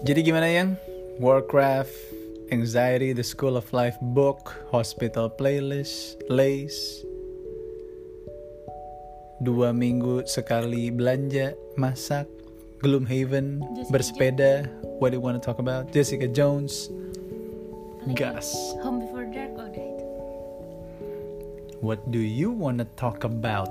Jadi gimana yang Warcraft, Anxiety, The School of Life book, Hospital Playlist, Lace, 2 minggu sekali belanja, masak, Gloomhaven, Jessica bersepeda. What do you want to talk about? Jessica Jones, gas. Home Before Dark udah itu. What do you want to talk about?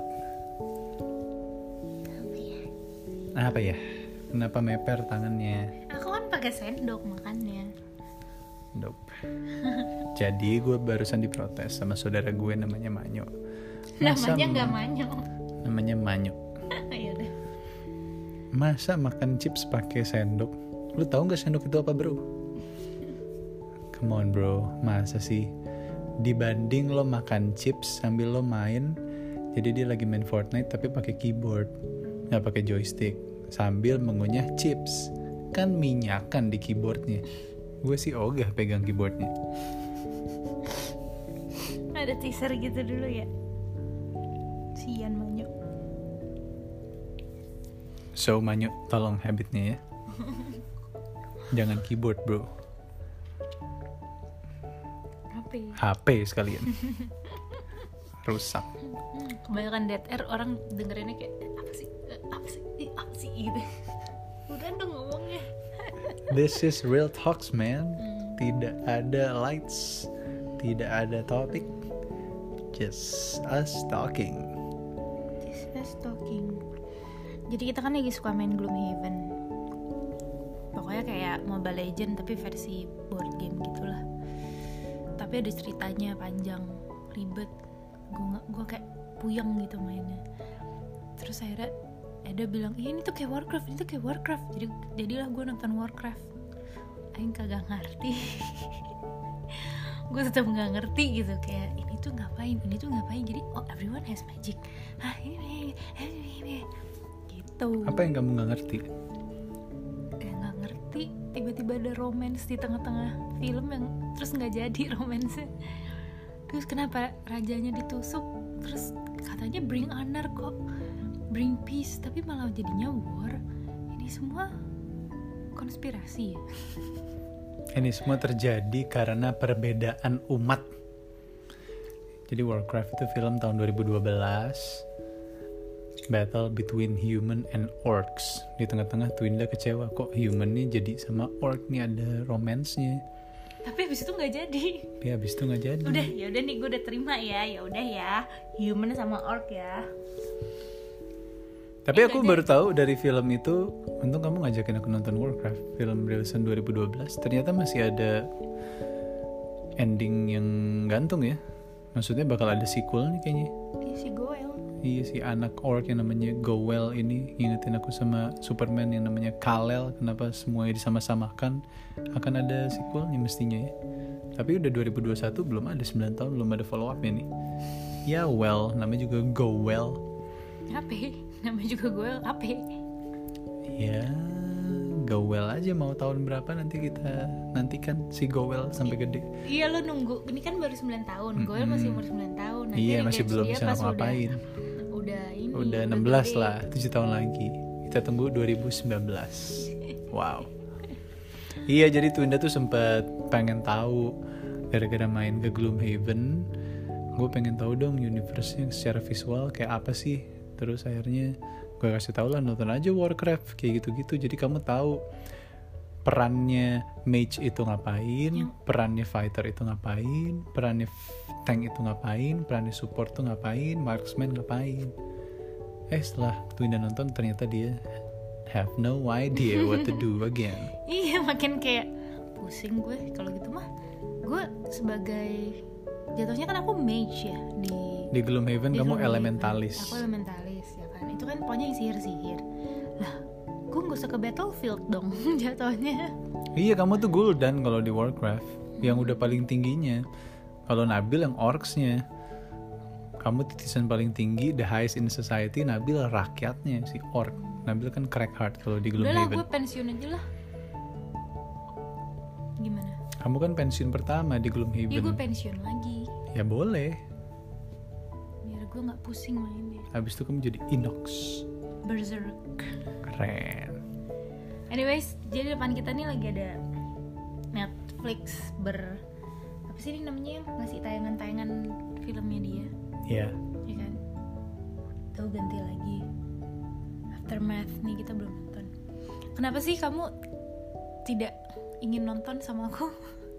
Apa ya? Kenapa meper tangannya? Aku kan pakai sendok makannya. Nope. Jadi gue barusan diprotes sama saudara gue namanya Manyo. Namanya nggak Manyo. Namanya Manyo. Yaudah. Masa makan chips pakai sendok? Lu tahu nggak sendok itu apa, bro? Come on, bro. Masa sih? Dibanding lo makan chips sambil lo main, jadi dia lagi main Fortnite tapi pakai keyboard, nggak pakai joystick, sambil mengunyah chips. Kan minyakan di keyboardnya. Gue sih ogah pegang keyboardnya. Ada teaser gitu dulu ya. Sian Manyo. So Manyo, tolong habitnya ya. Jangan keyboard, bro. HP sekalian. Rusak. Kebanyakan dead air orang dengerinnya kayak apa sih gitu. Udah dong ngomongnya. This is real talks, man. Tidak ada lights, tidak ada topik, just us talking. Just us talking. Jadi kita kan lagi suka main Gloomhaven. Pokoknya kayak Mobile Legends tapi versi board game gitulah. Tapi ada ceritanya panjang, ribet. Gue kayak puyeng gitu mainnya. Terus akhirnya Eda bilang, ini tuh kayak Warcraft, ini tuh kayak Warcraft. Jadilah gue nonton Warcraft. Aing kagak ngerti. Gue tetap nggak ngerti gitu, kayak ini tuh ngapain. Jadi everyone has magic. Ini gitu. Apa yang kamu nggak ngerti? Nggak ngerti. Tiba-tiba ada romance di tengah-tengah film yang terus nggak jadi romance-nya. Terus kenapa rajanya ditusuk? Terus katanya bring honor kok, bring peace, tapi malah jadinya war. Ini semua konspirasi ya? Ini semua terjadi karena perbedaan umat. Jadi Warcraft itu film tahun 2012, battle between human and orcs. Di tengah-tengah Twinda kecewa, kok human nih jadi sama orc nih ada romance-nya. Tapi abis itu nggak jadi. Tapi abis itu nggak jadi. Udah nih gue udah terima ya. Ya udah ya, human sama orc ya. Tapi aku baru tahu dari film itu, untung kamu ngajakin aku nonton Warcraft, film rilisan 2012. Ternyata masih ada ending yang gantung ya. Maksudnya bakal ada sequel nih kayaknya. Si Goel. Iya, si anak orc yang namanya Goel ini ngingetin aku sama Superman yang namanya Kal-El. Kenapa semuanya disama-samakan? Akan ada sequelnya mestinya ya. Tapi udah 2021 belum ada, 9 tahun belum ada follow up nih. Ya well, namanya juga Goel. Apa? Namanya juga Goel apa? Ya Goel aja, mau tahun berapa nanti kita nantikan si Goel sampai gede. Iya, lo nunggu, ini kan baru 9 tahun. Goel masih umur 9 tahun. Nanti iya, masih belum bisa ngapain. Udah 16 lah, 7 tahun lagi. Kita tunggu 2019. Wow. Iya, jadi Twinda tuh sempat pengen tahu gara-gara main ke Gloomhaven. Gue pengen tahu dong universe-nya secara visual kayak apa sih. Terus akhirnya gue kasih tahu lah, nonton aja Warcraft kayak gitu-gitu. Jadi kamu tahu perannya mage itu ngapain, perannya fighter itu ngapain, perannya tank itu ngapain, perannya support tuh ngapain, marksman ngapain. Setelah Twinda nonton ternyata dia have no idea what to do again. Iya, makin kayak pusing gue kalau gitu mah. Gue sebagai jatuhnya kan aku mage ya di Gloomhaven, kamu elementalis. Aku elementalis ya kan. Itu kan pokoknya yang sihir-sihir. Lah, gue gak usah ke battlefield dong jatuhnya. Iya, kamu tuh Gul'dan kalau di Warcraft, yang udah paling tingginya. Kalau Nabil yang orcsnya. Kamu titisan paling tinggi, the highest in society. Nabil rakyatnya, si orc. Nabil kan crack heart kalau di Gloomhaven. Udah lah, gue pensiun aja lah. Gimana? Kamu kan pensiun pertama di Gloomhaven. Iya, gue pensiun lagi. Ya boleh. Biar gue gak pusing mainnya. Habis itu kamu jadi Inox. Berserk. Keren. Anyways, jadi depan kita nih lagi ada Netflix apa sih ini namanya, yang ngasih tayangan-tayangan filmnya dia. Iya. Ya kan? Tahu ganti lagi Aftermath nih, kita belum nonton. Kenapa sih kamu tidak ingin nonton sama aku?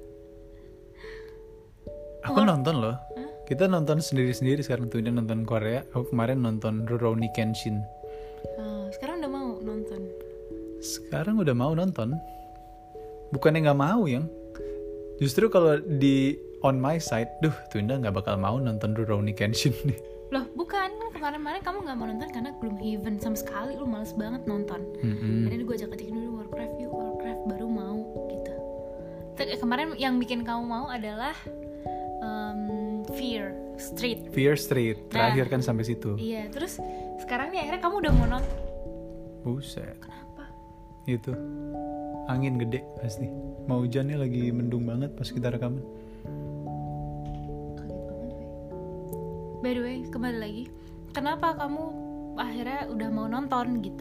Aku nonton loh. Kita nonton sendiri-sendiri sekarang tuh. Dia nonton Korea. Aku kemarin nonton Rurouni Kenshin. Sekarang udah mau nonton? Sekarang udah mau nonton. Bukannya nggak mau yang. Justru kalau di on my side, Tunda nggak bakal mau nonton Rurouni Kenshin nih. Loh bukan, kemarin-kemarin kamu gak mau nonton karena Gloomhaven sama sekali, lu males banget nonton. Jadi gue ajak-ajakin dulu Warcraft baru mau gitu. Kemarin yang bikin kamu mau adalah Fear Street. Terakhir kan sampai situ. Iya, terus sekarang nih akhirnya kamu udah mau nonton. Buset. Kenapa? Itu angin gede pasti. Mau hujan nih, lagi mendung banget pas kita rekaman. By the way, kembali lagi, kenapa kamu akhirnya udah mau nonton gitu?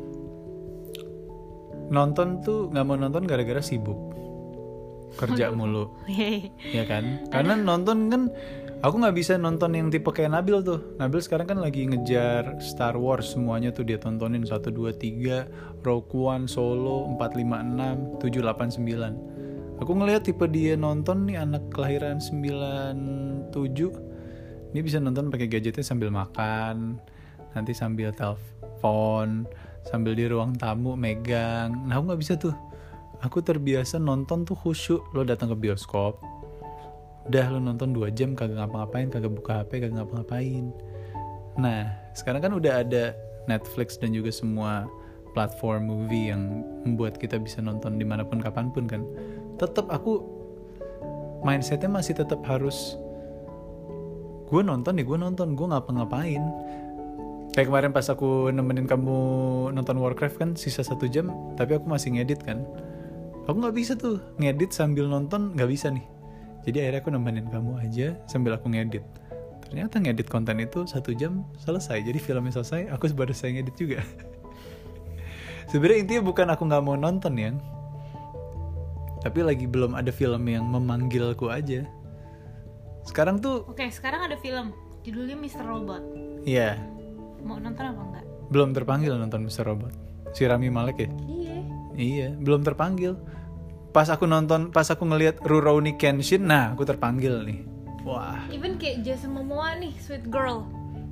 Nonton tuh nggak mau nonton gara-gara sibuk, kerja mulu, ya kan? Karena nonton kan, aku nggak bisa nonton yang tipe kayak Nabil tuh. Nabil sekarang kan lagi ngejar Star Wars semuanya tuh dia tontonin 1, 2, 3, Rogue One, Solo, 4, 5, 6, 7, 8, 9. Aku ngeliat tipe dia nonton nih, anak kelahiran 97. Ini bisa nonton pakai gadgetnya sambil makan, nanti sambil telepon, sambil di ruang tamu megang. Nah aku nggak bisa tuh. Aku terbiasa nonton tuh khusyuk. Lo datang ke bioskop, udah lo nonton 2 jam kagak ngapa-ngapain, kagak buka HP, kagak ngapa-ngapain. Nah sekarang kan udah ada Netflix dan juga semua platform movie yang membuat kita bisa nonton dimanapun kapanpun kan. Tetap aku mindsetnya masih tetap harus, gue nonton, gue ngapa-ngapain. Kayak kemarin pas aku nemenin kamu nonton Warcraft kan, sisa 1 jam, tapi aku masih ngedit kan. Aku gak bisa tuh, ngedit sambil nonton gak bisa nih. Jadi akhirnya aku nemenin kamu aja sambil aku ngedit. Ternyata ngedit konten itu 1 jam selesai. Jadi filmnya selesai, aku baru selesai ngedit juga. Sebenarnya intinya bukan aku gak mau nonton ya, tapi lagi belum ada film yang memanggilku aja. Sekarang tuh sekarang ada film judulnya Mr. Robot. Iya. Mau nonton apa enggak? Belum terpanggil nonton Mr. Robot. Si Rami Malek ya? Iya, belum terpanggil. Pas aku ngelihat Rurouni Kenshin, nah aku terpanggil nih. Wah. Even kayak Jason Momoa nih, Sweet Girl.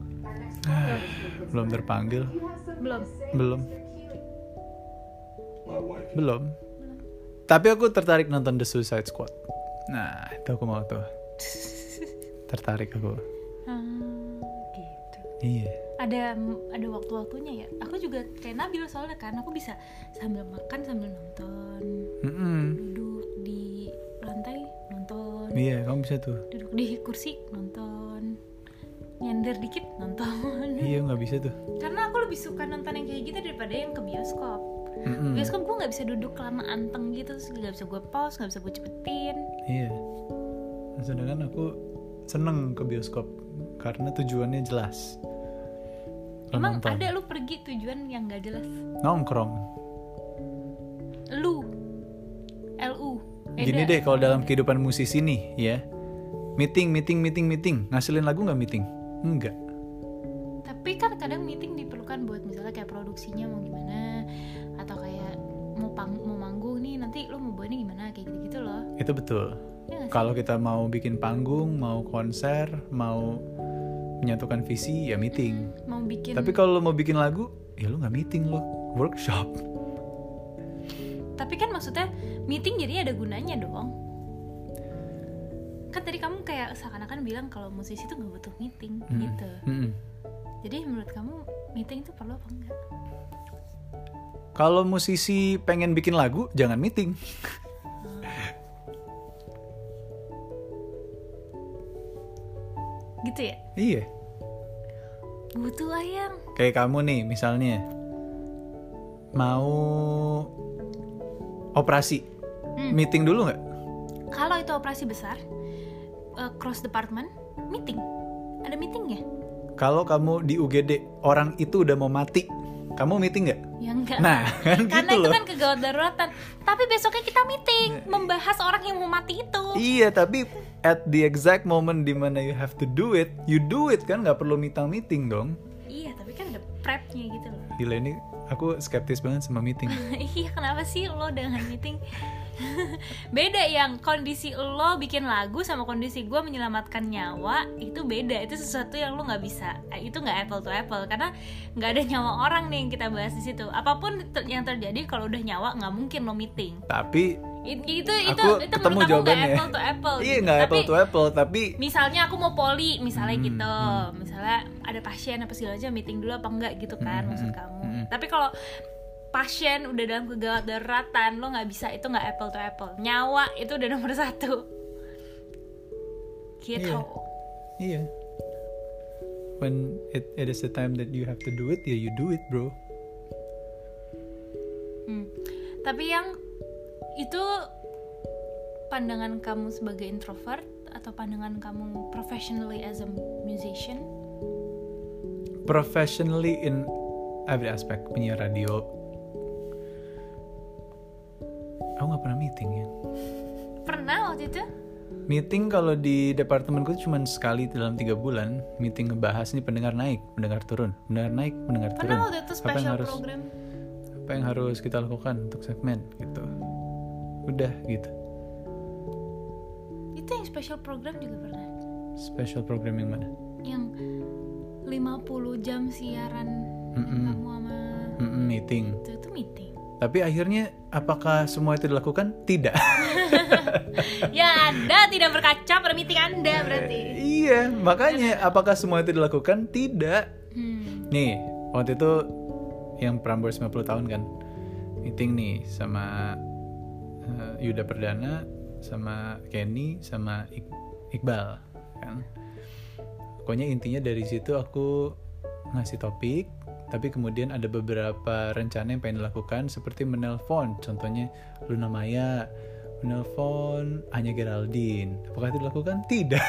Belum terpanggil. Belum. Tapi aku tertarik nonton The Suicide Squad. Nah, itu aku mau tuh. Tertarik aku. Gitu. Iya. Ada waktu-waktunya ya. Aku juga kayak Nabil soalnya kan, aku bisa sambil makan sambil nonton. Duduk di lantai nonton. Iya, kamu bisa tuh. Duduk di kursi nonton. Nyender dikit nonton. Iya, nggak bisa tuh. Karena aku lebih suka nonton yang kayak gitu daripada yang ke bioskop. Bioskop gue nggak bisa duduk lama anteng gitu, nggak bisa gue pause, nggak bisa gue cepetin. Iya. Sedangkan aku seneng ke bioskop karena tujuannya jelas. Emang nonton. Ada lu pergi tujuan yang gak jelas? Nongkrong. Lu Gini deh, kalau dalam kehidupan musisi nih ya, meeting. Ngasilin lagu gak meeting? Enggak. Tapi kan kadang meeting diperlukan buat misalnya kayak produksinya mau gimana, atau kayak mau manggung nih, nanti lu mau bawainnya gimana, kayak gitu-gitu loh. Itu betul ya. Kalau kita mau bikin panggung, mau konser, mau menyatukan visi, ya meeting. Mau bikin. Tapi kalau lo mau bikin lagu, ya lo nggak meeting, lo workshop. Tapi kan maksudnya meeting jadi ada gunanya dong. Kan tadi kamu kayak seakan-akan bilang kalau musisi tuh nggak butuh meeting gitu. Jadi menurut kamu meeting itu perlu apa enggak? Kalau musisi pengen bikin lagu, jangan meeting. Gitu ya? Iya. Butuh ayang. Kayak kamu nih misalnya mau operasi, meeting dulu nggak? Kalau itu operasi besar, cross department, meeting. Ada meetingnya. Kalau kamu di UGD, orang itu udah mau mati, Kamu meeting nggak? Ya enggak. Nah, kan karena gitu itu loh. kan kegawat daruratan. Tapi besoknya kita meeting membahas orang yang mau mati itu. Iya, tapi at the exact moment dimana you have to do it, you do it kan, nggak perlu meeting dong. Iya, tapi kan ada prepnya gitu loh. Gila, ini aku skeptis banget sama meeting. Iya, kenapa sih lo dengan meeting? Beda, yang kondisi lo bikin lagu sama kondisi gue menyelamatkan nyawa itu beda. Itu sesuatu yang lo nggak bisa, itu nggak apple to apple, karena nggak ada nyawa orang nih yang kita bahas di situ. Apapun yang terjadi kalau udah nyawa nggak mungkin lo meeting. Tapi itu ketemu menurut jawabannya. kamu nggak apple to apple. Iya, nggak apple to apple, tapi misalnya aku mau poli misalnya gitu, misalnya ada pasien apa segala macam, meeting dulu apa enggak gitu kan, maksud kamu. Tapi kalau pasien udah dalam kegawat daruratan, lo nggak bisa, itu nggak apple to apple. Nyawa itu udah nomor 1 gitu. Iya. When it is the time that you have to do it, ya you do it, bro. Tapi yang itu pandangan kamu sebagai introvert atau pandangan kamu professionally as a musician? Professionally in every aspect, penyiar radio. Aku gak pernah meeting ya. Pernah waktu itu? Meeting kalau di departemenku cuma sekali dalam 3 bulan. Meeting ngebahas nih pendengar naik, pendengar turun, pendengar naik, pendengar turun. Pernah waktu itu special program? Apa yang harus kita lakukan untuk segmen gitu. Udah gitu. Itu yang special program juga pernah? Special program yang mana? Yang 50 jam siaran kamu sama meeting. Itu meeting. Tapi akhirnya apakah semua itu dilakukan? Tidak. Ya, Anda tidak berkaca pada meeting Anda berarti. Iya, makanya apakah semua itu dilakukan? Tidak. Nih, waktu itu yang Prambors 50 tahun kan, meeting nih sama Yuda Perdana, sama Kenny, sama Iqbal kan. Pokoknya intinya dari situ aku ngasih topik, tapi kemudian ada beberapa rencana yang pengen dilakukan, seperti menelpon, contohnya Luna Maya, menelpon Anya Geraldine. Apakah itu dilakukan? Tidak.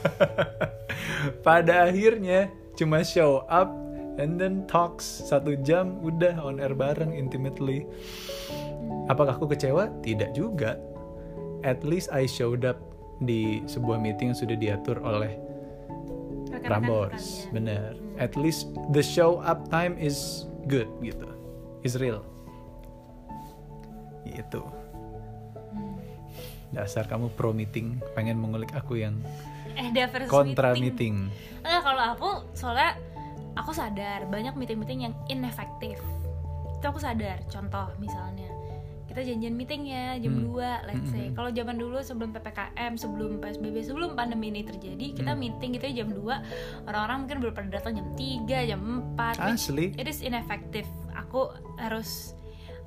Pada akhirnya cuma show up and then talks 1 jam, udah on air bareng intimately. Apakah aku kecewa? Tidak juga. At least I showed up di sebuah meeting yang sudah diatur oleh Prambors, bener. At least the show up time is good gitu, is real. Gitu. Dasar kamu pro meeting, pengen mengulik aku yang kontra meeting. Kalau aku soalnya aku sadar banyak meeting-meeting yang ineffective. Itu aku sadar. Contoh misalnya kita janjian meeting ya jam 2, let's say. Kalau zaman dulu sebelum PPKM, sebelum PSBB, sebelum pandemi ini terjadi, kita meeting gitu ya jam 2. Orang-orang mungkin baru pada datang jam 3, jam 4. Asli. It is ineffective. Aku harus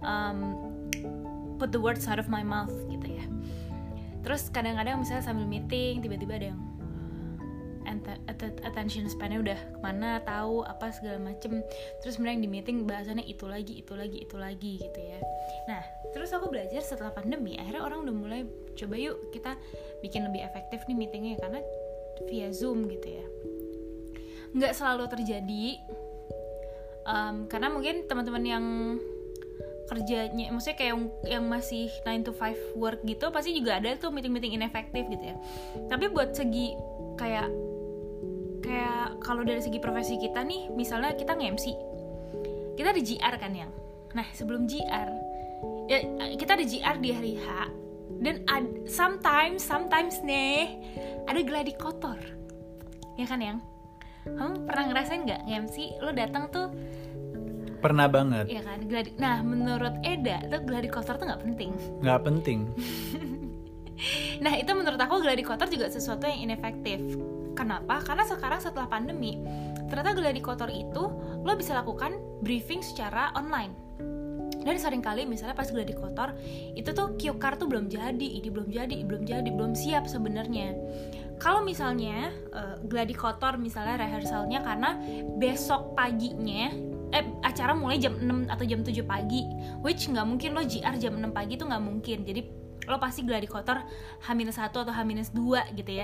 put the words out of my mouth gitu ya. Terus kadang-kadang misalnya sambil meeting tiba-tiba ada yang attention span-nya udah kemana, tahu apa segala macem. Terus kemudian di meeting bahasannya itu lagi gitu ya. Nah, terus aku belajar setelah pandemi, akhirnya orang udah mulai coba yuk kita bikin lebih efektif nih meetingnya, karena via Zoom gitu ya. Nggak selalu terjadi, karena mungkin teman-teman yang kerjanya, maksudnya kayak yang masih 9 to 5 work gitu, pasti juga ada tuh meeting-meeting inefektif gitu ya. Tapi buat segi kayak kalau dari segi profesi kita nih, misalnya kita nge-MC, kita ada GR kan yang. Nah sebelum GR, ya kita ada GR di hari H, dan sometimes nih ada gladi kotor, ya kan yang. Kamu pernah ngerasain nggak nge-MC lo datang tuh? Pernah banget. Iya kan, nah menurut Eda tuh gladi kotor tuh nggak penting. Nggak penting. Nah itu menurut aku gladi kotor juga sesuatu yang inefektif. Kenapa? Karena sekarang setelah pandemi, ternyata gladi kotor itu lo bisa lakukan briefing secara online. Dan seringkali misalnya pas gladi kotor itu tuh cue card tuh belum belum siap sebenarnya. Kalau misalnya gladi kotor misalnya rehearsalnya karena besok paginya acara mulai jam 6 atau jam 7 pagi, which nggak mungkin lo GR jam 6 pagi tuh nggak mungkin. Jadi lo pasti gladi kotor H-1 atau H-2 gitu ya.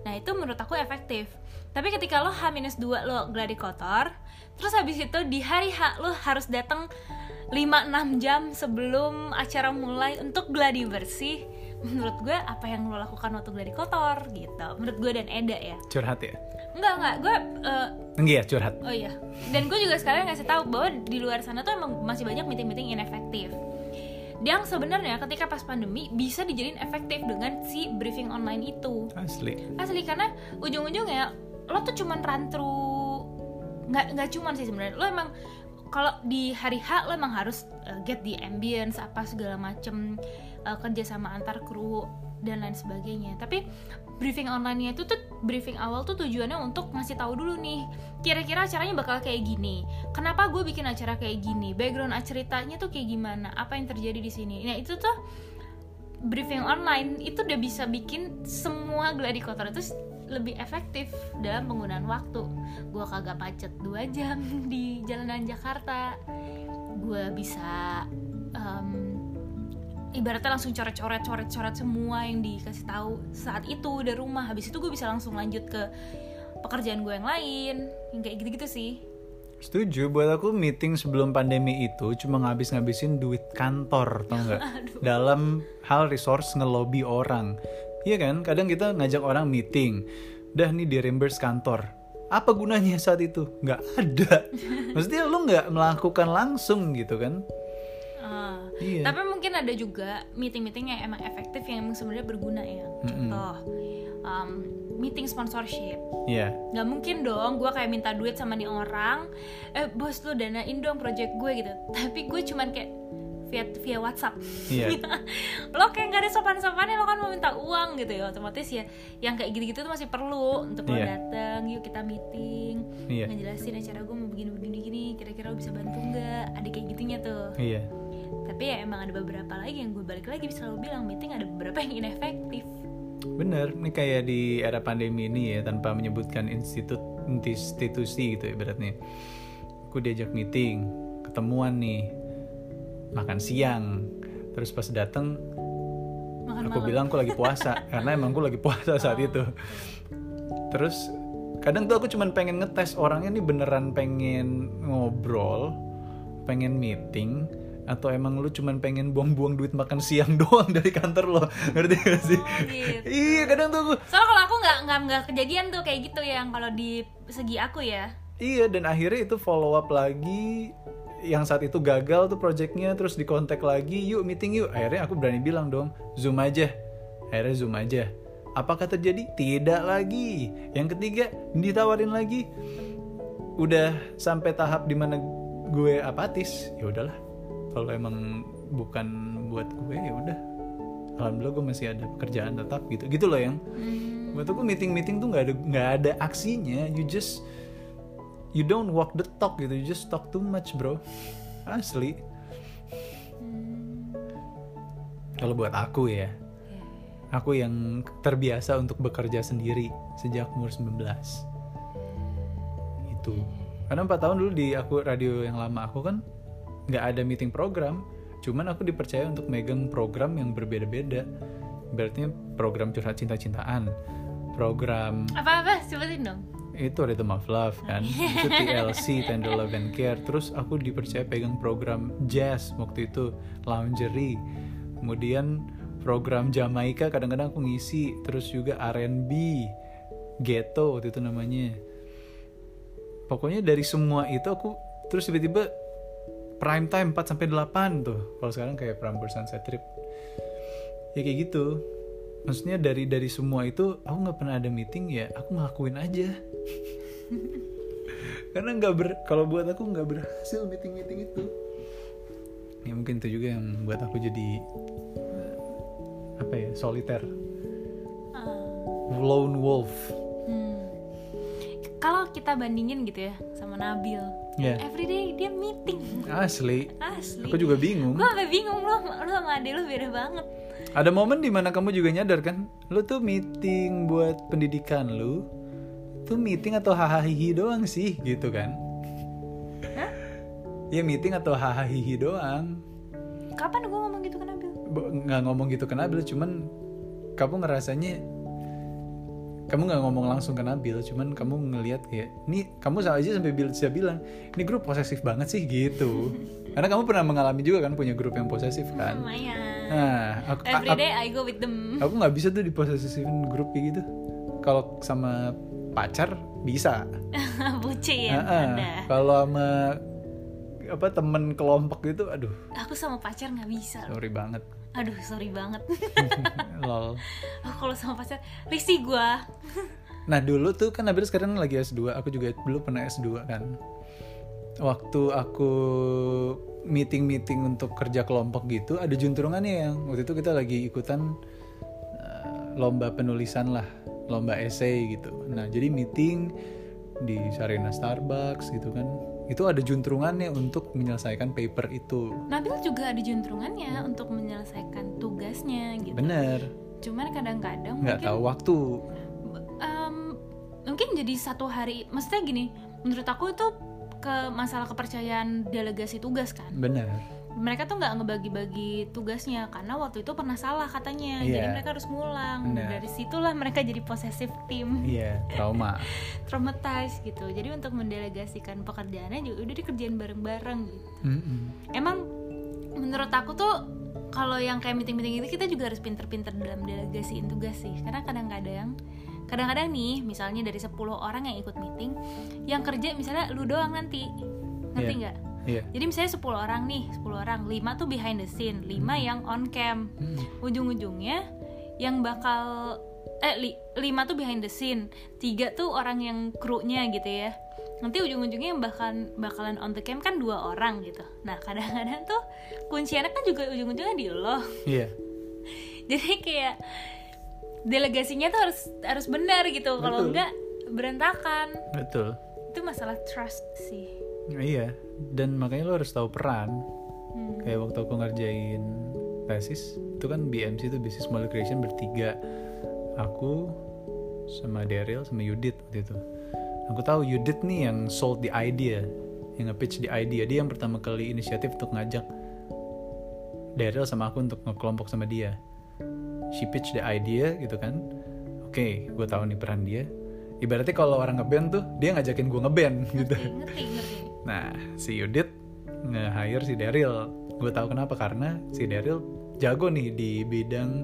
Nah itu menurut aku efektif. Tapi ketika lo H-2 lo gladi kotor, terus habis itu di hari H lo harus datang 5-6 jam sebelum acara mulai untuk gladi bersih, menurut gue apa yang lo lakukan waktu gladi kotor gitu. Menurut gue dan Eda ya. Curhat ya? Enggak, gue enggak ya, curhat. Oh iya. Dan gue juga sekalian ngasih tahu bahwa di luar sana tuh emang masih banyak meeting-meeting inefektif. Yang sebenarnya ketika pas pandemi bisa dijadiin efektif dengan si briefing online itu. Asli karena ujung-ujungnya lo tuh cuman run through, nggak cuman sih sebenarnya. Lo emang kalau di hari H lo emang harus get the ambience apa segala macem, kerja sama antar kru dan lain sebagainya. Tapi briefing online-nya itu tuh briefing awal tuh tujuannya untuk ngasih tahu dulu nih kira-kira acaranya bakal kayak gini, kenapa gue bikin acara kayak gini, background ceritanya tuh kayak gimana, apa yang terjadi di sini. Nah itu tuh briefing online itu udah bisa bikin semua gladi kotor itu lebih efektif dalam penggunaan waktu. Gue kagak pacet 2 jam di jalanan Jakarta, gue bisa ibaratnya langsung coret semua yang dikasih tahu saat itu dari rumah. Habis itu gue bisa langsung lanjut ke pekerjaan gue yang lain, yang kayak gitu-gitu sih. Setuju, buat aku meeting sebelum pandemi itu cuma ngabisin duit kantor, tau nggak? Dalam hal resource ngelobi orang. Iya kan, kadang kita ngajak orang meeting, dah nih di reimburse kantor. Apa gunanya saat itu? Nggak ada. Maksudnya lu nggak melakukan langsung gitu kan? Iya. Tapi mungkin ada juga meeting-meeting yang emang efektif yang emang sebenarnya berguna ya. Contoh, meeting sponsorship. Iya. Gak mungkin dong gue kayak minta duit sama nih orang, bos lu danain dong project gue gitu. Tapi gue cuman kayak via WhatsApp. Iya. Lo kayak gak ada sopan-sopannya, lo kan mau minta uang gitu ya. Otomatis ya yang kayak gitu-gitu tuh masih perlu untuk lo dateng, yuk kita meeting, ngejelasin acara gue mau begini, kira-kira lo bisa bantu gak? Ada kayak gitunya tuh. Iya. Tapi ya emang ada beberapa lagi yang gue balik lagi selalu bilang meeting ada beberapa yang inefektif. Bener, ini kayak di era pandemi ini ya, tanpa menyebutkan institusi gitu ya ibaratnya. Aku diajak meeting, ketemuan nih, makan siang, terus pas dateng aku bilang aku lagi puasa karena emang aku lagi puasa saat itu. Terus kadang tuh aku cuman pengen ngetes orangnya nih beneran pengen ngobrol, pengen meeting, atau emang lu cuman pengen buang-buang duit makan siang doang dari kantor lo, ngerti gak sih? Gitu. Iya, kadang tuh aku. Soalnya kalau aku nggak kejadian tuh kayak gitu yang kalau di segi aku ya. Iya, dan akhirnya itu follow up lagi. Yang saat itu gagal tuh projectnya, terus dikontak lagi, yuk meeting yuk. Akhirnya aku berani bilang dong, Zoom aja. Akhirnya Zoom aja. Apakah terjadi? Tidak lagi. Yang ketiga ditawarin lagi. Udah sampai tahap dimana gue apatis. Ya udahlah. Kalau emang bukan buat gue ya udah. Alhamdulillah gue masih ada pekerjaan tetap gitu loh yang. Buat aku meeting tuh nggak ada aksinya. You don't walk the talk gitu. You just talk too much bro. Asli. Kalau buat aku ya, aku yang terbiasa untuk bekerja sendiri sejak umur 19. Itu. Karena 4 tahun dulu di aku radio yang lama aku kan nggak ada meeting program, cuman aku dipercaya untuk megang program yang berbeda-beda. Berarti program curhat cinta-cintaan, program apa sebutin dong. Itu Rhythm of Love kan, itu TLC Tender Love and Care. Terus aku dipercaya pegang program jazz waktu itu, Loungery. Kemudian program Jamaika kadang-kadang aku ngisi, terus juga R&B, Ghetto waktu itu namanya. Pokoknya dari semua itu aku terus tiba-tiba prime time 4-8 tuh. Kalau sekarang kayak Prambors Sunset Trip. Ya kayak gitu. Maksudnya dari semua itu aku nggak pernah ada meeting, ya aku ngelakuin aja. Karena kalau buat aku nggak berhasil meeting itu. Ya mungkin itu juga yang buat aku jadi soliter, lone wolf. Kalau kita bandingin gitu ya sama Nabil, everyday dia meeting. Asli. Aku juga bingung. Gue agak bingung, lu sama adek lu beda banget. Ada momen dimana kamu juga nyadar kan, lu tuh meeting buat pendidikan lu, tuh meeting atau hahaha doang sih gitu kan? Hah? Ya meeting atau hahaha doang. Kapan gue ngomong gitu ke Nabil? Nggak ngomong gitu ke Nabil, cuman kamu ngerasanya kamu nggak ngomong langsung ke Nabil, cuman kamu ngelihat kayak, ini kamu aja sampai bisa bilang, ini grup posesif banget sih gitu. Karena kamu pernah mengalami juga kan punya grup yang posesif kan. Lumayan. Nah, Everyday I go with them. Aku nggak bisa tuh diposesifin grup kayak gitu. Kalau sama pacar bisa. Bucin. Ada. Kalau sama temen kelompok gitu, aduh. Aku sama pacar nggak bisa. Sorry banget. Aduh, sorry banget. Lol. Aku kalau sama pacar risih gue. Nah dulu tuh kan Nabil sekarang lagi S2, aku juga dulu pernah S2 kan. Waktu aku meeting untuk kerja kelompok gitu, ada juntrungannya yang waktu itu kita lagi ikutan lomba penulisan lah, lomba essay gitu. Nah jadi meeting di Sarina Starbucks gitu kan, itu ada juntrungannya untuk menyelesaikan paper itu. Nabil juga ada juntrungannya untuk menyelesaikan tugasnya gitu. Bener. Cuman kadang-kadang nggak tahu waktu. Mungkin jadi satu hari, maksudnya gini, menurut aku itu ke masalah kepercayaan delegasi tugas kan. Bener. Mereka tuh nggak ngebagi-bagi tugasnya karena waktu itu pernah salah katanya, jadi mereka harus ngulang. Bener. Dari situlah mereka jadi possessive team. Iya, traumatized gitu. Jadi untuk mendelegasikan pekerjaannya juga udah dikerjain bareng-bareng gitu. Emang menurut aku tuh kalau yang kayak meeting-meeting itu kita juga harus pinter-pinter dalam delegasiin tugas sih. Karena kadang-kadang nih, misalnya dari 10 orang yang ikut meeting, yang kerja misalnya lu doang nanti. Ngerti nggak? Yeah. Jadi misalnya 10 orang nih, 10 orang, 5 tuh behind the scene, 5 yang on cam. Ujung-ujungnya yang bakal 5 tuh behind the scene, 3 tuh orang yang krunya gitu ya. Nanti ujung-ujungnya yang bakalan on the cam kan 2 orang gitu. Nah kadang-kadang tuh kunciannya kan juga ujung-ujungnya di lo. Iya. Jadi kayak delegasinya tuh harus benar gitu. Kalau enggak berantakan. Betul. Itu masalah trust sih. Iya. Dan makanya lo harus tahu peran. Kayak waktu aku ngerjain tesis, itu kan BMC itu Business Model Creation bertiga. Aku sama Daryl sama Yudit waktu itu. Aku tahu Yudit nih yang sold the idea, yang nge-pitch the idea. Dia yang pertama kali inisiatif untuk ngajak Daryl sama aku untuk ngekelompok sama dia. She pitch the idea gitu kan. Oke, gue tahu nih peran dia. Ibaratnya kalau orang ngeband tuh, dia ngajakin gue ngeband gitu. Ngerti. Nah, si Yudit nge-hire si Daryl. Gue tahu kenapa, karena si Daryl jago nih di bidang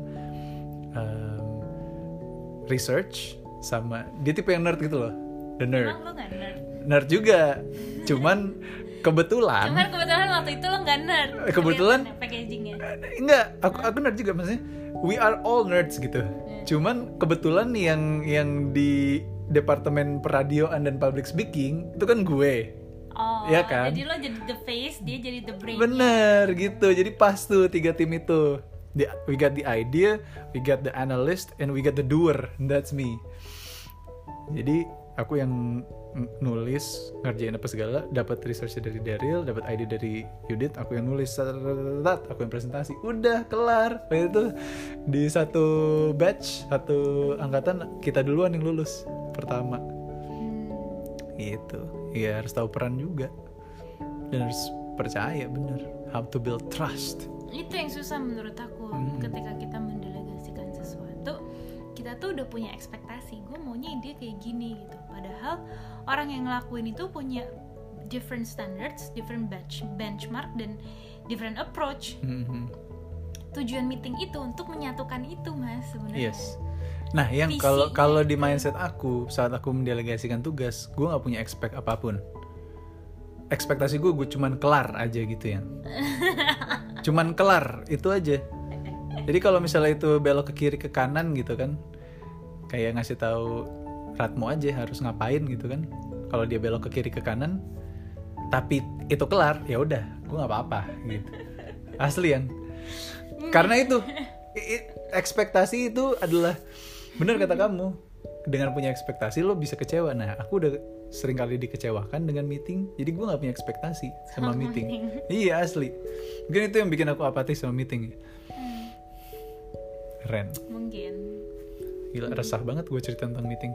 research, sama dia tipe yang nerd gitu loh. The nerd. Emang lo gak nerd? Nerd juga. Cuman kebetulan waktu itu lo gak nerd. Kebetulan packagingnya. Enggak, aku nerd juga maksudnya. We are all nerds gitu. Cuman kebetulan nih yang di departemen peradioan dan public speaking itu kan gue. Oh, ya kan? Jadi lo jadi the face, dia jadi the brain. Bener gitu. Jadi pas tuh 3 tim itu. We got the idea, we got the analyst, and we got the doer. That's me. Jadi aku yang nulis, ngerjain apa segala, dapat research dari Daryl, dapat ide dari Yudit, aku yang nulis, aku yang presentasi, udah kelar. Itu di satu batch, satu angkatan kita duluan yang lulus pertama. Gitu. Ya harus tahu peran juga dan harus percaya bener. How to build trust. Itu yang susah menurut aku. Ketika kita mendelegasikan sesuatu, kita tuh udah punya ekspektasi, gue maunya dia kayak gini gitu. Padahal orang yang ngelakuin itu punya different standards, different benchmark, dan different approach. Tujuan meeting itu untuk menyatukan itu, Mas, sebenarnya. Yes. Nah, yang kalau di mindset aku saat aku mendelegasikan tugas, gue nggak punya expect apapun. Ekspektasi gue cuman kelar aja gitu ya. Cuman kelar itu aja. Jadi kalau misalnya itu belok ke kiri ke kanan gitu kan, kayak ngasih tahu Ratmo aja harus ngapain gitu kan. Kalau dia belok ke kiri ke kanan, tapi itu kelar, ya udah, gue nggak apa-apa gitu. Asli yang. Karena itu ekspektasi itu adalah benar kata kamu. Dengan punya ekspektasi lo bisa kecewa. Nah, aku udah sering kali dikecewakan dengan meeting. Jadi gue gak punya ekspektasi sama meeting. Iya asli. Mungkin itu yang bikin aku apatis sama meeting. Keren. Mungkin. Gila, resah banget gue cerita tentang meeting.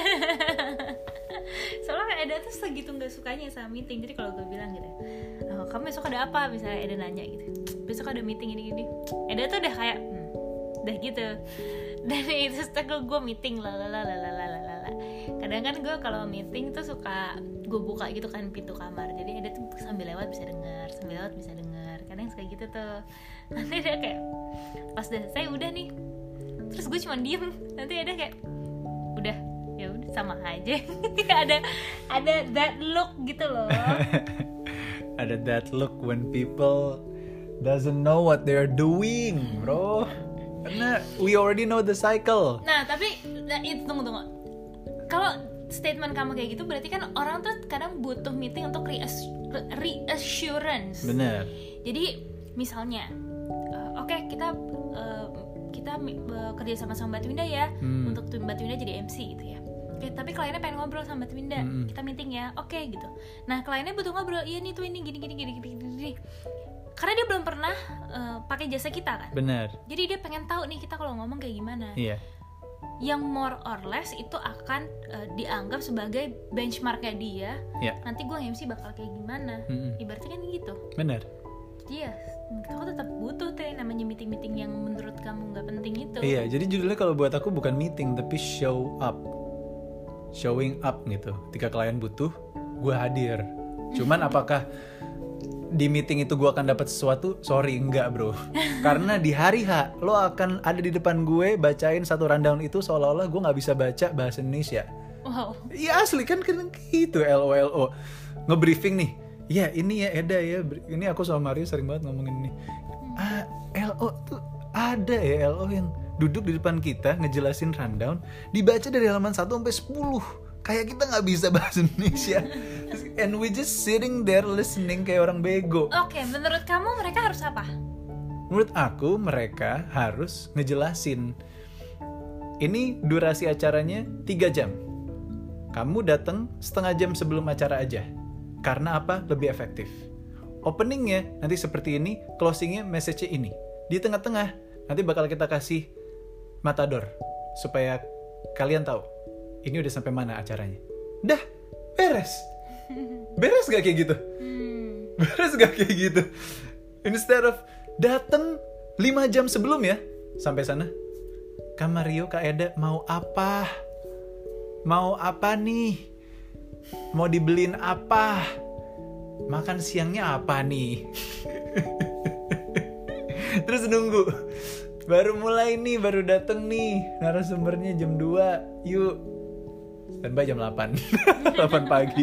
Soalnya Eda tuh segitu gak sukanya sama meeting. Jadi kalau gue bilang gitu, oh, kamu besok ada apa? Misalnya Eda nanya gitu, besok ada meeting gini-gini. Eda tuh udah kayak udah gitu. Dan itu setelah gue meeting lalala kadang kan gue kalau meeting tuh suka gue buka gitu kan pintu kamar, jadi ada tuh sambil lewat bisa dengar, kadang suka gitu tuh. Nanti dia kayak pas udah selesai udah nih, terus gue cuma diem, nanti ada kayak udah ya udah sama aja. ada that look gitu loh. Ada that look when people doesn't know what they're doing, bro. Karena we already know the cycle. Nah tapi itu tunggu. Kalau statement kamu kayak gitu berarti kan orang tuh kadang butuh meeting untuk reassurance. Bener. Jadi misalnya, oke, kita kerja sama Mbak Twinda ya, untuk Mbak Twinda jadi MC gitu ya. Oke, tapi kliennya pengen ngobrol sama Mbak Twinda, kita meeting ya, oke gitu. Nah kliennya butuh ngobrol, iya nih tuh ini gini. Karena dia belum pernah pakai jasa kita kan. Bener. Jadi dia pengen tahu nih kita kalau ngomong kayak gimana. Iya. Yang more or less itu akan dianggap sebagai benchmarknya dia. Nanti gue MC bakal kayak gimana. Ibaratnya kan gitu. Bener. Jadi ya kamu tetap butuh tuh namanya meeting-meeting yang menurut kamu gak penting itu. Iya, jadi judulnya kalau buat aku bukan meeting tapi show up. Showing up gitu. Ketika klien butuh, gue hadir. Cuman apakah di meeting itu gue akan dapat sesuatu? Sorry, enggak bro. Karena di hari H lo akan ada di depan gue bacain satu rundown itu seolah-olah gue gak bisa baca bahasa Indonesia. Wow. Iya asli kan gitu. LO ngebriefing nih. Ya ini ya Eda ya. Ini aku sama Mario sering banget ngomongin ini. LO tuh ada ya LO yang duduk di depan kita ngejelasin rundown, dibaca dari halaman 1 sampai 10. Kayak kita gak bisa bahasa Indonesia. And we just sitting there listening kayak orang bego. Oke, menurut kamu mereka harus apa? Menurut aku mereka harus ngejelasin. Ini durasi acaranya 3 jam. Kamu datang setengah jam sebelum acara aja. Karena apa? Lebih efektif. Openingnya nanti seperti ini, closingnya message-nya ini. Di tengah-tengah nanti bakal kita kasih matador supaya kalian tahu ini udah sampai mana acaranya. Dah, beres. Beres gak kayak gitu? Beres gak kayak gitu? Instead of dateng 5 jam sebelum ya sampai sana. Kak Mario, Kak Eda mau apa? Mau apa nih? Mau dibeliin apa? Makan siangnya apa nih? Terus nunggu. Baru mulai nih, baru dateng nih. Narasumbernya jam 2. Yuk. Standby jam 8. 8 pagi.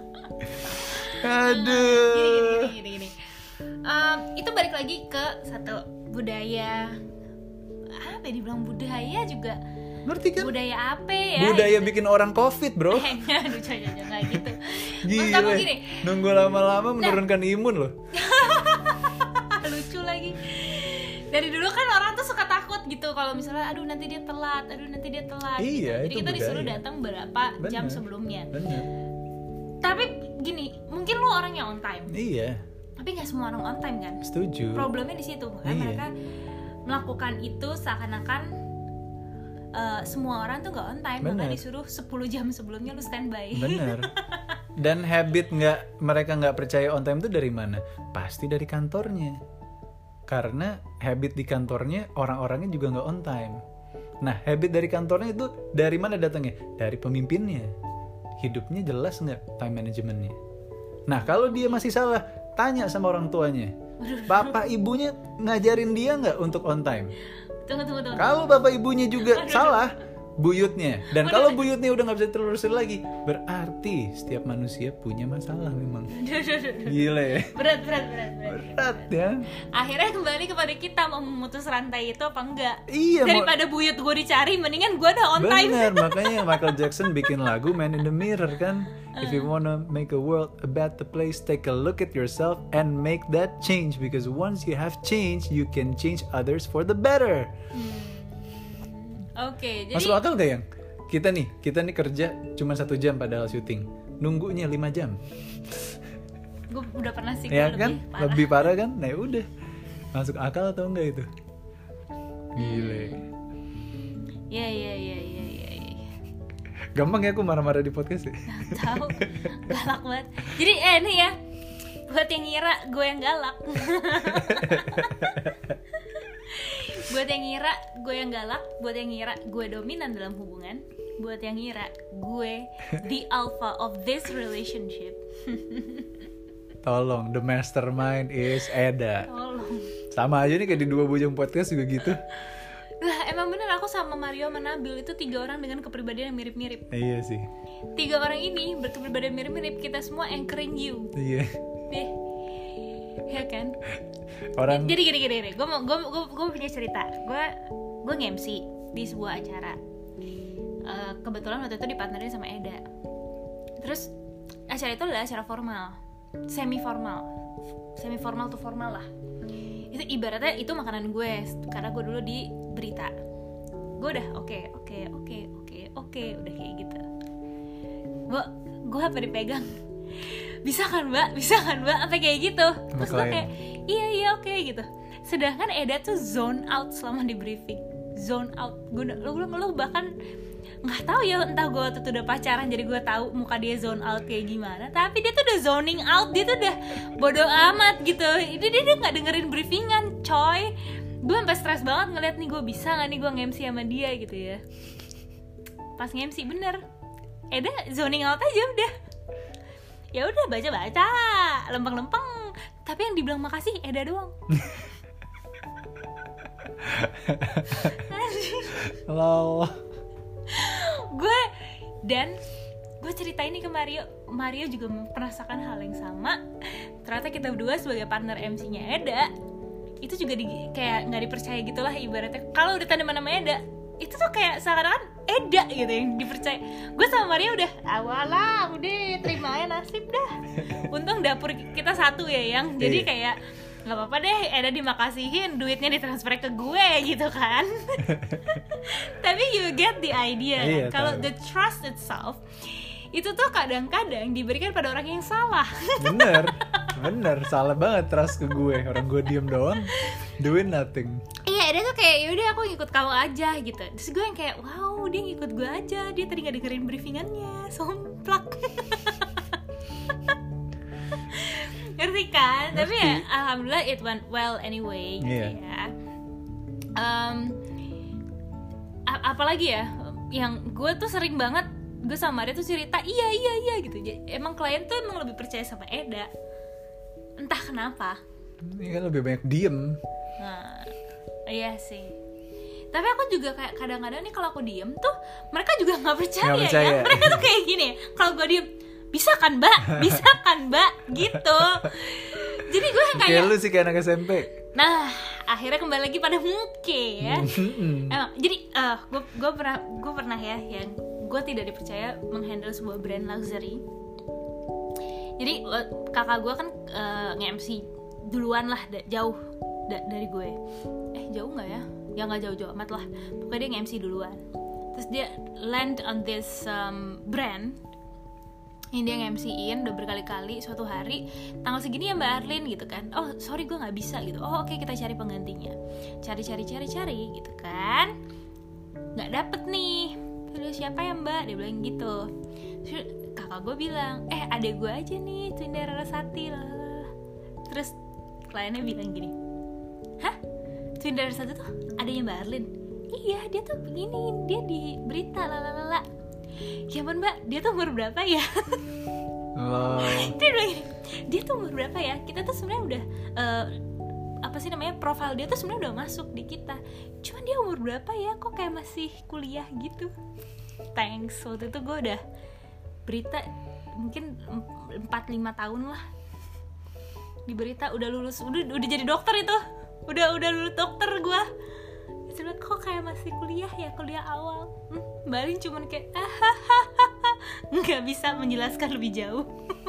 Aduh. Gini. Itu balik lagi ke satu budaya. Apa ya dibilang budaya juga? Ngerti kan? Budaya apa ya? Budaya bikin orang COVID, bro. Aduh, jangan kayak gitu. Gila. Gini. Nunggu lama-lama menurunkan imun loh. Lucu lagi. Dari dulu kan orang tuh suka takut gitu kalau misalnya aduh nanti dia telat. Iya, gitu. Jadi kita budaya. disuruh datang berapa jam sebelumnya. Bener. Tapi gini, mungkin lo orang yang on time. Iya. Tapi nggak semua orang on time kan? Setuju. Problemnya di situ. Makanya mereka melakukan itu seakan-akan semua orang tuh nggak on time. Maka disuruh 10 jam sebelumnya lu standby. Bener. Dan habit mereka nggak percaya on time itu dari mana? Pasti dari kantornya. Karena habit di kantornya orang-orangnya juga nggak on time. Nah, habit dari kantornya itu dari mana datangnya? Dari pemimpinnya. Hidupnya jelas nggak time managementnya? Nah, kalau dia masih salah, tanya sama orang tuanya. Bapak ibunya ngajarin dia nggak untuk on time? Tunggu. Kalau bapak ibunya juga salah, buyutnya. Dan kalau buyutnya udah nggak bisa telusuri lagi, berarti setiap manusia punya masalah memang. Gila ya. Berat ya. Akhirnya kembali kepada kita mau memutus rantai itu apa enggak. Iya. Daripada buyut gue dicari, mendingan gue udah on time. Bener, makanya Michael Jackson bikin lagu Man in the Mirror kan. If you wanna make a world a better place, take a look at yourself and make that change. Because once you have change, you can change others for the better. Oke, jadi masuk akal gak yang? Kita nih kerja cuma 1 jam padahal syuting. Nunggunya 5 jam. Gue udah pernah sih. Ya kan? Lebih parah kan? Nah udah. Masuk akal atau enggak itu? Gile. Iya. Gampang ya aku marah-marah di podcast ya? Tahu, galak banget. Jadi nih ya, buat yang ngira gue yang galak. Buat yang ngira gue yang galak, buat yang ngira gue dominan dalam hubungan. buat yang ngira gue the alpha of this relationship. Tolong, the mastermind is Eda. Tolong. Sama aja nih kayak di Dua Bujang Podcast juga gitu. Lah emang bener aku sama Mario sama Nabil itu 3 orang dengan kepribadian yang mirip-mirip. Iya sih. 3 orang ini berkepribadian mirip-mirip, kita semua anchoring you. Iya. Deh. Ya kan? Orang. Jadi gini. Gue punya cerita. Gue nge-MC di sebuah acara. Kebetulan waktu itu dipartnerin sama Eda. Terus acara itu adalah acara formal, semi formal tuh formal lah. Itu ibaratnya itu makanan gue, karena gue dulu di berita. Gue udah oke, udah kayak gitu. Gue apa dipegang? Bisa kan mbak, apa kayak gitu. Terus gue kayak iya oke gitu. Sedangkan Eda tuh zone out selama di briefing, zone out. Lu bahkan nggak tahu ya, entah gue waktu itu udah pacaran jadi gue tahu muka dia zone out kayak gimana, tapi dia tuh udah zoning out, dia tuh udah bodoh amat gitu. Dia nggak dengerin briefingan coy. Gue sampai stres banget ngeliat nih, gue bisa nggak nih gue nge-MC sama dia gitu ya. Pas nge-MC bener Eda zoning out aja udah. Ya udah baca lempeng, tapi yang dibilang makasih Eda doang. Lol. Gue cerita ini ke Mario juga merasakan hal yang sama. Ternyata kita berdua sebagai partner MC-nya Eda itu juga kayak nggak dipercaya gitulah ibaratnya. Kalau udah tanda mana Eda itu tuh kayak seakan-akan Eda gitu yang dipercaya. Gue sama Mario udah awalah udah terima aja nasib dah. Untung dapur kita satu ya yang jadi kayak nggak apa-apa deh, Eda dimakasihin, duitnya ditransfer ke gue gitu kan. Tapi you get the idea kan? Kalau the trust itself itu tuh kadang-kadang diberikan pada orang yang salah. Bener, salah banget trust ke gue. Orang gue diem doang, doing nothing. Iya, Eda tuh kayak yaudah aku ngikut kamu aja gitu. Terus gue yang kayak wow dia ngikut gue aja, dia tadi nggak dengerin briefingannya, somplak. Ngerti kan? Tapi ya alhamdulillah it went well anyway gitu ya. Apalagi ya yang gue tuh sering banget gue sama dia tuh cerita iya gitu. Emang klien tuh emang lebih percaya sama Eda, entah kenapa. Ini kan lebih banyak diem. Nah, iya sih. Tapi aku juga kayak kadang-kadang nih kalau aku diem tuh mereka juga nggak percaya ya. Mereka tuh kayak gini, kalau gue diem bisa kan mbak gitu. Jadi gue kayak lu sih kayak anak SMP. Nah akhirnya kembali lagi pada muke ya. Emang jadi gue pernah ya yang gue tidak dipercaya menghandle sebuah brand luxury. Jadi kakak gue kan nge-MC duluan lah, jauh dari gue. Jauh nggak ya? Ya nggak jauh-jauh amat lah. Pokoknya dia nge-MC duluan. Terus dia land on this brand. Ini dia nge-MC-in udah berkali-kali. Suatu hari tanggal segini ya Mbak Arlin gitu kan. Oh sorry gue gak bisa gitu. Oh oke, kita cari penggantinya. Cari gitu kan. Gak dapet nih. Terus siapa ya Mbak? Dia bilang gitu. Terus kakak gue bilang adek gue aja nih, Twinda Rarasati lah. Terus kliennya bilang gini, hah? Twinda Rarasati tuh adanya Mbak Arlin? Iya dia tuh begini, dia di berita lalala. Ya ampun mbak, dia tuh umur berapa ya? Dia bilang gini, dia tuh umur berapa ya? Kita tuh sebenarnya udah profil dia tuh sebenarnya udah masuk di kita. Cuman dia umur berapa ya? Kok kayak masih kuliah gitu? Thanks, waktu itu gue udah berita mungkin 4-5 tahun lah di berita, udah lulus, udah jadi dokter itu, udah lulus dokter gue. Sebenernya kok kayak masih kuliah ya, kuliah awal. Balin cuman kayak nggak bisa menjelaskan lebih jauh.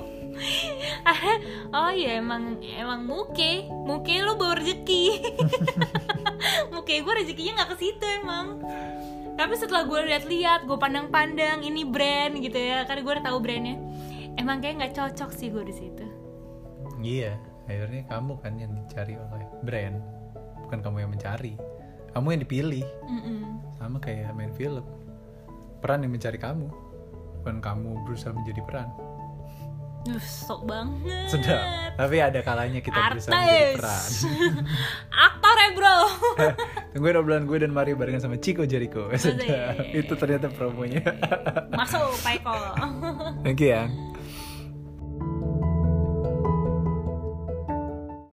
Oh iya emang muke lu bawa rezeki. Muke gue rezekinya nggak ke situ emang. Tapi setelah gue lihat-lihat, gue pandang-pandang ini brand gitu ya, karena gue udah tahu brandnya. Emang kayak nggak cocok sih gue di situ. Iya, akhirnya kamu kan yang dicari oleh brand, bukan kamu yang mencari. Kamu yang dipilih. Sama kayak main film, peran yang mencari kamu, bukan kamu berusaha menjadi peran. Sok banget. Sedap. Tapi ada kalanya kita berusaha menjadi peran. Aktor ya bro. Tungguin obrolan gue dan Mario barengan sama Chico Jericho. Itu ternyata promonya. Masuk Pak Eko. Thank you ya.